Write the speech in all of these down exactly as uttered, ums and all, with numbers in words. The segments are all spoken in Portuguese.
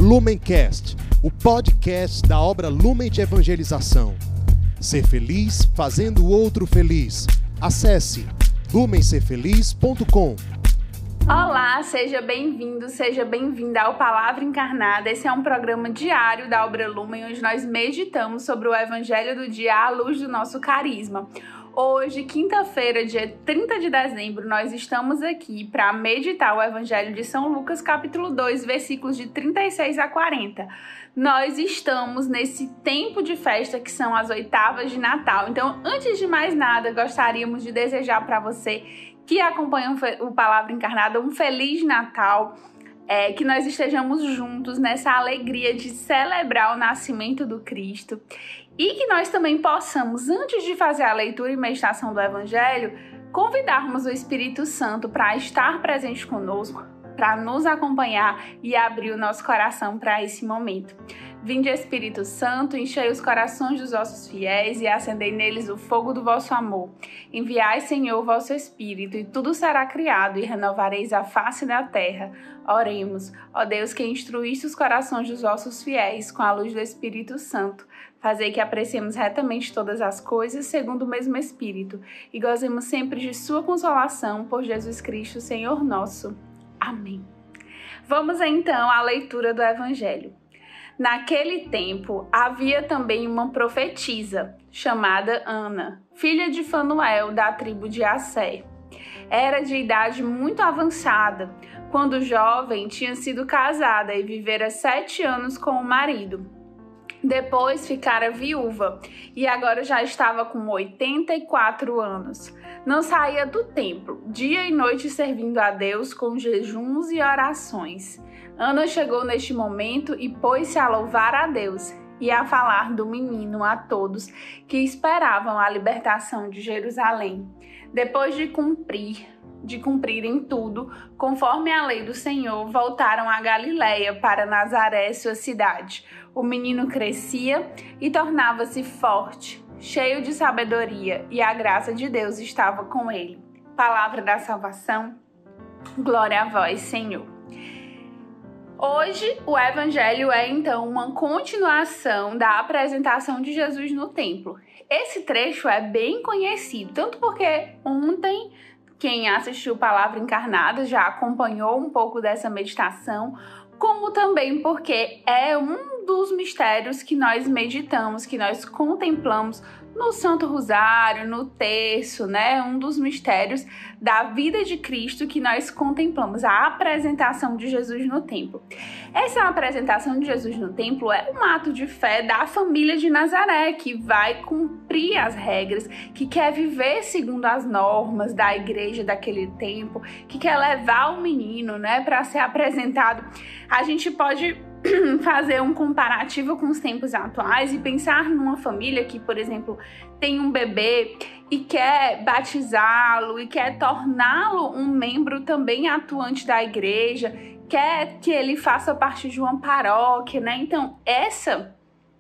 Lumencast, o podcast da obra Lumen de Evangelização. Ser feliz fazendo o outro feliz. Acesse lumen ser feliz ponto com. Olá, seja bem-vindo, seja bem-vinda ao Palavra Encarnada. Esse é um programa diário da obra Lumen, onde nós meditamos sobre o Evangelho do dia à luz do nosso carisma. Hoje, quinta-feira, dia trinta de dezembro, nós estamos aqui para meditar o Evangelho de São Lucas, capítulo dois, versículos de trinta e seis a quarenta. Nós estamos nesse tempo de festa que são as oitavas de Natal. Então, antes de mais nada, gostaríamos de desejar para você que acompanha o Palavra Encarnada um Feliz Natal. É, que nós estejamos juntos nessa alegria de celebrar o nascimento do Cristo e que nós também possamos, antes de fazer a leitura e meditação do Evangelho, convidarmos o Espírito Santo para estar presente conosco, para nos acompanhar e abrir o nosso coração para esse momento. Vinde, Espírito Santo, enchei os corações dos vossos fiéis e acendei neles o fogo do vosso amor. Enviai, Senhor, o vosso Espírito, e tudo será criado, e renovareis a face da terra. Oremos, ó Deus, que instruíste os corações dos vossos fiéis com a luz do Espírito Santo. Fazei que apreciemos retamente todas as coisas, segundo o mesmo Espírito, e gozemos sempre de sua consolação, por Jesus Cristo, Senhor nosso. Amém. Vamos então à leitura do Evangelho. Naquele tempo, havia também uma profetisa, chamada Ana, filha de Fanuel, da tribo de Asser. Era de idade muito avançada, quando jovem tinha sido casada e vivera sete anos com o marido. Depois ficara viúva e agora já estava com oitenta e quatro anos. Não saía do templo, dia e noite servindo a Deus com jejuns e orações. Ana chegou neste momento e pôs-se a louvar a Deus e a falar do menino a todos que esperavam a libertação de Jerusalém. Depois de cumprir, de cumprirem tudo, conforme a lei do Senhor, voltaram a Galiléia para Nazaré, sua cidade. O menino crescia e tornava-se forte, cheio de sabedoria, e a graça de Deus estava com ele. Palavra da salvação, glória a vós, Senhor. Hoje, o Evangelho é, então, uma continuação da apresentação de Jesus no templo. Esse trecho é bem conhecido, tanto porque ontem, quem assistiu Palavra Encarnada já acompanhou um pouco dessa meditação, como também porque é um dos mistérios que nós meditamos, que nós contemplamos no Santo Rosário, no Terço, né? Um dos mistérios da vida de Cristo que nós contemplamos, a apresentação de Jesus no templo. Essa apresentação de Jesus no templo é um ato de fé da família de Nazaré, que vai cumprir as regras, que quer viver segundo as normas da igreja daquele tempo, que quer levar o menino, né, para ser apresentado. A gente pode fazer um comparativo com os tempos atuais e pensar numa família que, por exemplo, tem um bebê e quer batizá-lo e quer torná-lo um membro também atuante da igreja, quer que ele faça parte de uma paróquia, né? Então, essa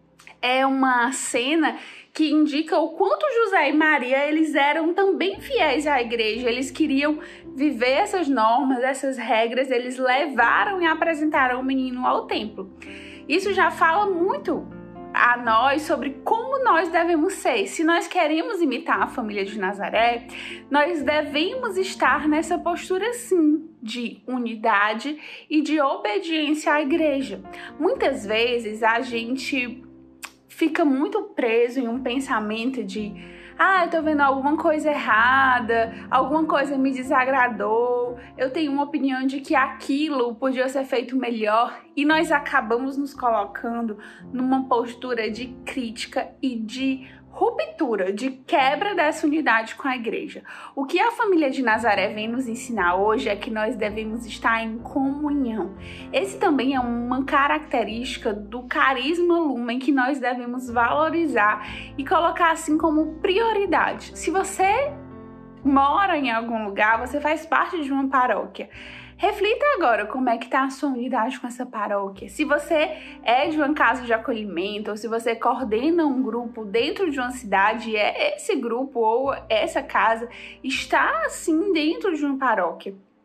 é uma cena que indica o quanto José e Maria, eles eram também fiéis à igreja, eles queriam viver essas normas, essas regras, eles levaram e apresentaram o menino ao templo. Isso já fala muito a nós sobre como nós devemos ser. Se nós queremos imitar a família de Nazaré, nós devemos estar nessa postura sim, de unidade e de obediência à igreja. Muitas vezes a gente fica muito preso em um pensamento de ah, eu tô vendo alguma coisa errada, alguma coisa me desagradou, eu tenho uma opinião de que aquilo podia ser feito melhor, e nós acabamos nos colocando numa postura de crítica e de ruptura, de quebra dessa unidade com a igreja. O que a família de Nazaré vem nos ensinar hoje é que nós devemos estar em comunhão. Esse também é uma característica do carisma Lumen que nós devemos valorizar e colocar assim como prioridade. Se você mora em algum lugar, você faz parte de uma paróquia, reflita agora como é que está a sua unidade com essa paróquia. Se você é de uma casa de acolhimento ou se você coordena um grupo dentro de uma cidade, é esse grupo ou essa casa está assim dentro de uma paróquia.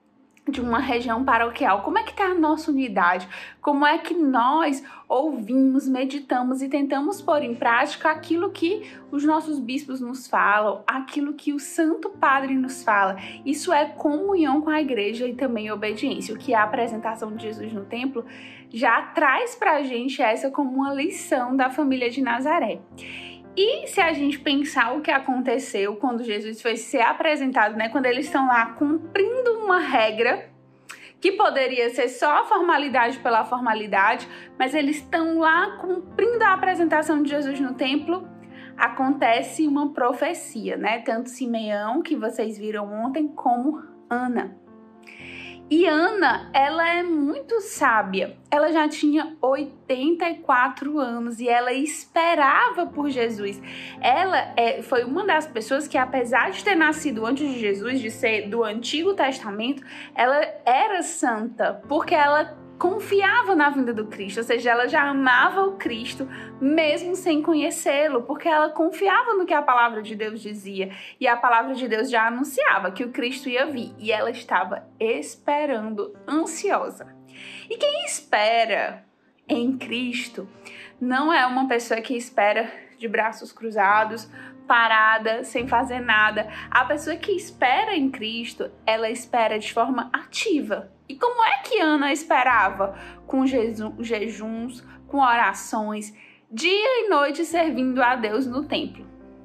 de uma região paroquial. Como é que está a nossa unidade? Como é que nós ouvimos, meditamos e tentamos pôr em prática aquilo que os nossos bispos nos falam, aquilo que o Santo Padre nos fala? Isso é comunhão com a igreja e também obediência. O que é a apresentação de Jesus no templo já traz para a gente essa como uma lição da família de Nazaré. E se a gente pensar o que aconteceu quando Jesus foi ser apresentado, né? Quando eles estão lá cumprindo uma regra que poderia ser só a formalidade pela formalidade, mas eles estão lá cumprindo a apresentação de Jesus no templo, acontece uma profecia, né? Tanto Simeão, que vocês viram ontem, como Ana. E Ana, ela é muito sábia. Ela já tinha oitenta e quatro anos e ela esperava por Jesus. Ela é, foi uma das pessoas que, apesar de ter nascido antes de Jesus, de ser do Antigo Testamento, ela era santa, porque ela confiava na vinda do Cristo, ou seja, ela já amava o Cristo mesmo sem conhecê-lo, porque ela confiava no que a palavra de Deus dizia, e a palavra de Deus já anunciava que o Cristo ia vir, e ela estava esperando, ansiosa. E quem espera em Cristo não é uma pessoa que espera de braços cruzados, parada, sem fazer nada. A pessoa que espera em Cristo, ela espera de forma ativa. E como é que Ana esperava? Com jejuns, com orações, dia e noite servindo a Deus no templo.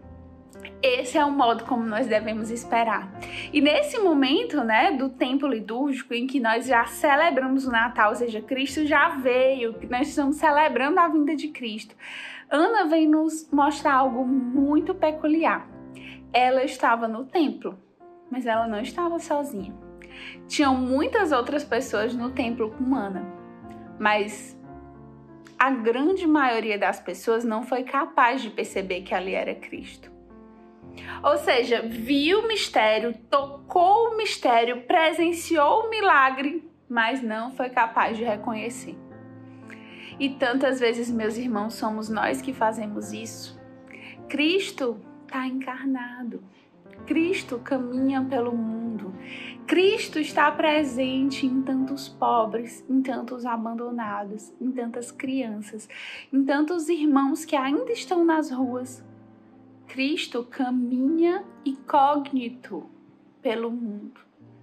Esse é o modo como nós devemos esperar. E nesse momento, né, do tempo litúrgico, em que nós já celebramos o Natal, ou seja, Cristo já veio, que nós estamos celebrando a vinda de Cristo, Ana vem nos mostrar algo muito peculiar. Ela estava no templo, mas ela não estava sozinha. Tinham muitas outras pessoas no templo com Ana, mas a grande maioria das pessoas não foi capaz de perceber que ali era Cristo. Ou seja, viu o mistério, tocou o mistério, presenciou o milagre, mas não foi capaz de reconhecer. E tantas vezes, meus irmãos, somos nós que fazemos isso. Cristo está encarnado. Cristo caminha pelo mundo. Cristo está presente em tantos pobres, em tantos abandonados, em tantas crianças, em tantos irmãos que ainda estão nas ruas. Cristo caminha incógnito pelo mundo.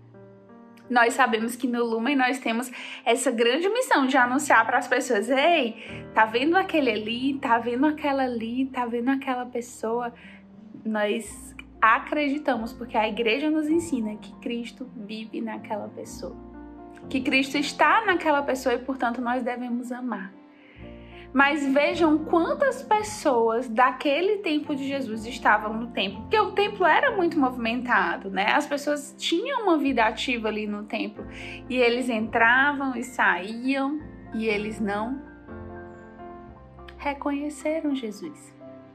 Nós sabemos que no Lumen nós temos essa grande missão de anunciar para as pessoas: ei, tá vendo aquele ali, tá vendo aquela ali, tá vendo aquela pessoa? Nós acreditamos, porque a igreja nos ensina que Cristo vive naquela pessoa, que Cristo está naquela pessoa e, portanto, nós devemos amar. Mas vejam quantas pessoas daquele tempo de Jesus estavam no templo, porque o templo era muito movimentado, né? As pessoas tinham uma vida ativa ali no templo, e eles entravam e saíam, e eles não reconheceram Jesus.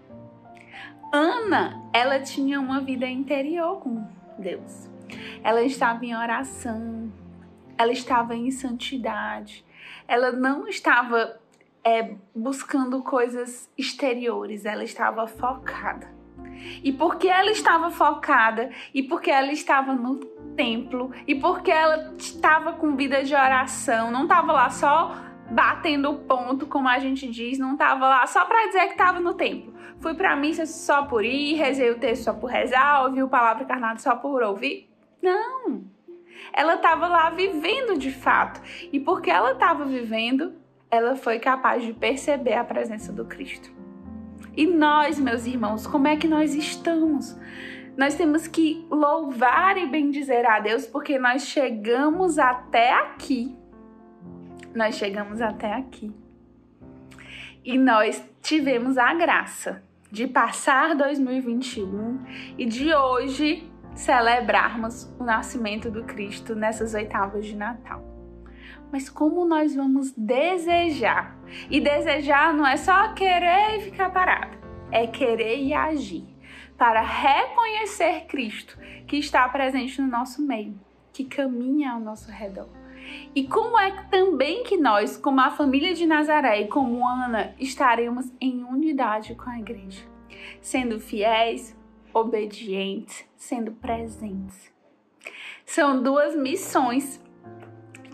Ana, ela tinha uma vida interior com Deus. Ela estava em oração, ela estava em santidade, ela não estava É, buscando coisas exteriores, ela estava focada. E porque ela estava focada, e porque ela estava no templo, e porque ela estava com vida de oração, não estava lá só batendo o ponto, como a gente diz, não estava lá só para dizer que estava no templo. Fui para a missa só por ir, rezei o texto só por rezar, ouvi o Palavra Encarnada só por ouvir. Não! Ela estava lá vivendo de fato. E porque ela estava vivendo, ela foi capaz de perceber a presença do Cristo. E nós, meus irmãos, como é que nós estamos? Nós temos que louvar e bendizer a Deus, porque nós chegamos até aqui. Nós chegamos até aqui. E nós tivemos a graça de passar dois mil e vinte e um e de hoje celebrarmos o nascimento do Cristo nessas oitavas de Natal. Mas como nós vamos desejar? E desejar não é só querer e ficar parado. É querer e agir para reconhecer Cristo que está presente no nosso meio, que caminha ao nosso redor. E como é também que nós, como a família de Nazaré e como Ana, estaremos em unidade com a igreja? Sendo fiéis, obedientes, sendo presentes. São duas missões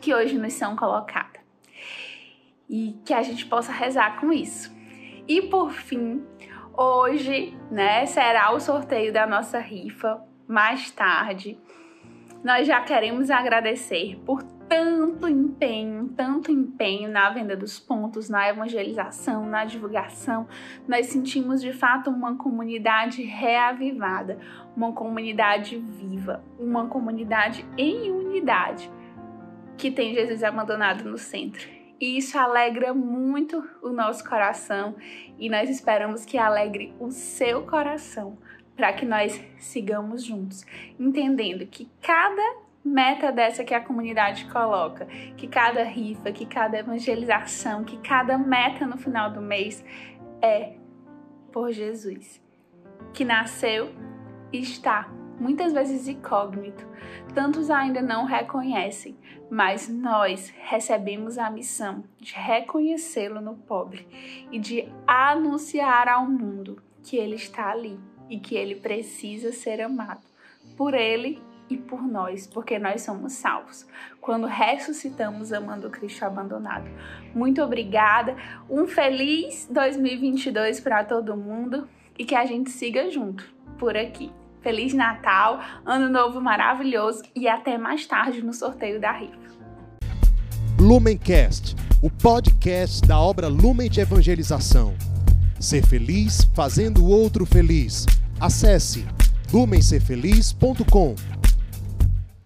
que hoje nos são colocadas. E que a gente possa rezar com isso. E por fim, hoje, né, será o sorteio da nossa rifa. Mais tarde, nós já queremos agradecer por tanto empenho, tanto empenho na venda dos pontos, na evangelização, na divulgação. Nós sentimos de fato uma comunidade reavivada, uma comunidade viva, uma comunidade em unidade que tem Jesus abandonado no centro. E isso alegra muito o nosso coração e nós esperamos que alegre o seu coração para que nós sigamos juntos, entendendo que cada meta dessa que a comunidade coloca, que cada rifa, que cada evangelização, que cada meta no final do mês é por Jesus, que nasceu e está muitas vezes incógnito. Tantos ainda não reconhecem, mas nós recebemos a missão de reconhecê-lo no pobre e de anunciar ao mundo que ele está ali e que ele precisa ser amado por ele e por nós, porque nós somos salvos quando ressuscitamos amando o Cristo abandonado. Muito obrigada, um feliz dois mil e vinte e dois para todo mundo e que a gente siga junto por aqui. Feliz Natal, Ano Novo maravilhoso e até mais tarde no sorteio da rifa. Lumencast, o podcast da obra Lumen de Evangelização. Ser feliz fazendo o outro feliz. Acesse lumen ser feliz ponto com.